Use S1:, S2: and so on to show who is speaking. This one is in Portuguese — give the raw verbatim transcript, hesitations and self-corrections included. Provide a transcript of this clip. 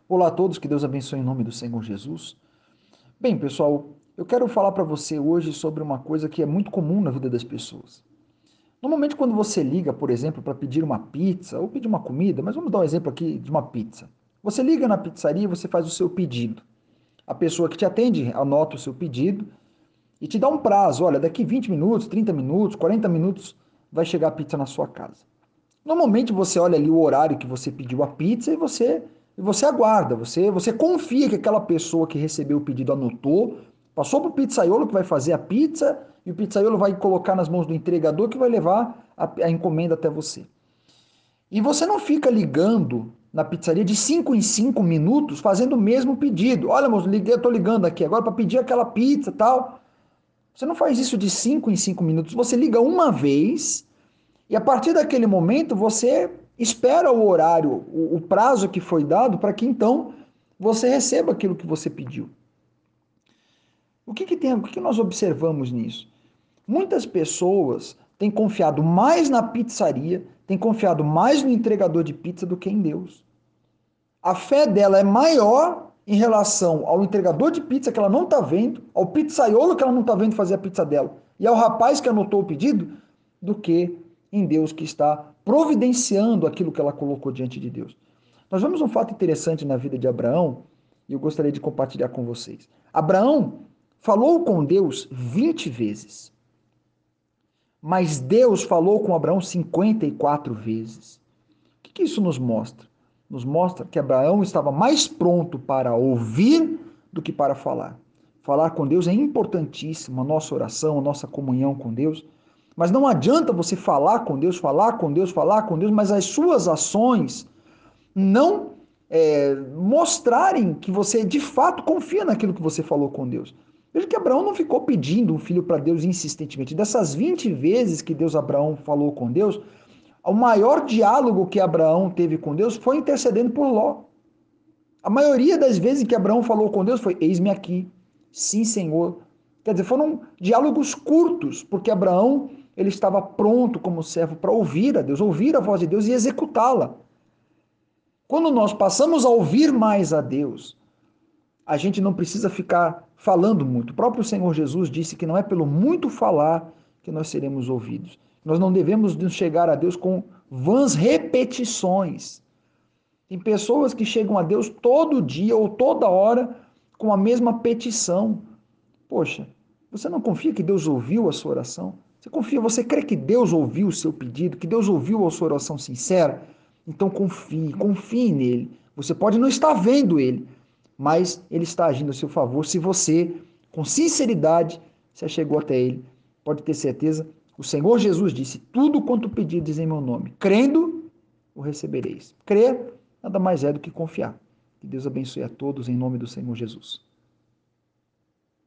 S1: Olá a todos, que Deus abençoe em nome do Senhor Jesus. Bem, pessoal, eu quero falar para você hoje sobre uma coisa que é muito comum na vida das pessoas. Normalmente, quando você liga, por exemplo, para pedir uma pizza ou pedir uma comida, mas vamos dar um exemplo aqui de uma pizza. Você liga na pizzaria e você faz o seu pedido. A pessoa que te atende anota o seu pedido e te dá um prazo. Olha, daqui vinte minutos, trinta minutos, quarenta minutos vai chegar a pizza na sua casa. Normalmente você olha ali o horário que você pediu a pizza e você e você aguarda, você você confia que aquela pessoa que recebeu o pedido anotou, passou para o pizzaiolo que vai fazer a pizza e o pizzaiolo vai colocar nas mãos do entregador que vai levar a, a encomenda até você. E você não fica ligando na pizzaria de cinco em cinco minutos fazendo o mesmo pedido. Olha, moço, liguei, eu tô ligando aqui agora para pedir aquela pizza, tal. Você não faz isso de cinco em cinco minutos. Você liga uma vez e a partir daquele momento você espera o horário, o, o prazo que foi dado para que então você receba aquilo que você pediu. O que, que tem, o que, que nós observamos nisso? Muitas pessoas têm confiado mais na pizzaria, têm confiado mais no entregador de pizza do que em Deus. A fé dela é maior em relação ao entregador de pizza que ela não está vendo, ao pizzaiolo que ela não está vendo fazer a pizza dela, e ao rapaz que anotou o pedido, do que em Deus que está providenciando aquilo que ela colocou diante de Deus. Nós vemos um fato interessante na vida de Abraão, e eu gostaria de compartilhar com vocês. Abraão falou com Deus vinte vezes, mas Deus falou com Abraão cinquenta e quatro vezes. O que, que isso nos mostra? Nos mostra que Abraão estava mais pronto para ouvir do que para falar. Falar com Deus é importantíssimo, a nossa oração, a nossa comunhão com Deus. Mas não adianta você falar com Deus, falar com Deus, falar com Deus, mas as suas ações não é, mostrarem que você de fato confia naquilo que você falou com Deus. Veja que Abraão não ficou pedindo um filho para Deus insistentemente. Dessas vinte vezes que Deus Abraão falou com Deus, o maior diálogo que Abraão teve com Deus foi intercedendo por Ló. A maioria das vezes que Abraão falou com Deus foi: eis-me aqui, sim, Senhor. Quer dizer, foram diálogos curtos, porque Abraão ele estava pronto como servo para ouvir a Deus, ouvir a voz de Deus e executá-la. Quando nós passamos a ouvir mais a Deus, a gente não precisa ficar falando muito. O próprio Senhor Jesus disse que não é pelo muito falar que nós seremos ouvidos. Nós não devemos nos chegar a Deus com vãs repetições. Tem pessoas que chegam a Deus todo dia ou toda hora com a mesma petição. Poxa, você não confia que Deus ouviu a sua oração? Você confia, você crê que Deus ouviu o seu pedido, que Deus ouviu a sua oração sincera? Então confie, confie nele. Você pode não estar vendo ele, mas ele está agindo a seu favor se você, com sinceridade, se chegou até ele. Pode ter certeza, o Senhor Jesus disse: tudo quanto pedirdes em meu nome, crendo, o recebereis. Crer nada mais é do que confiar. Que Deus abençoe a todos em nome do Senhor Jesus.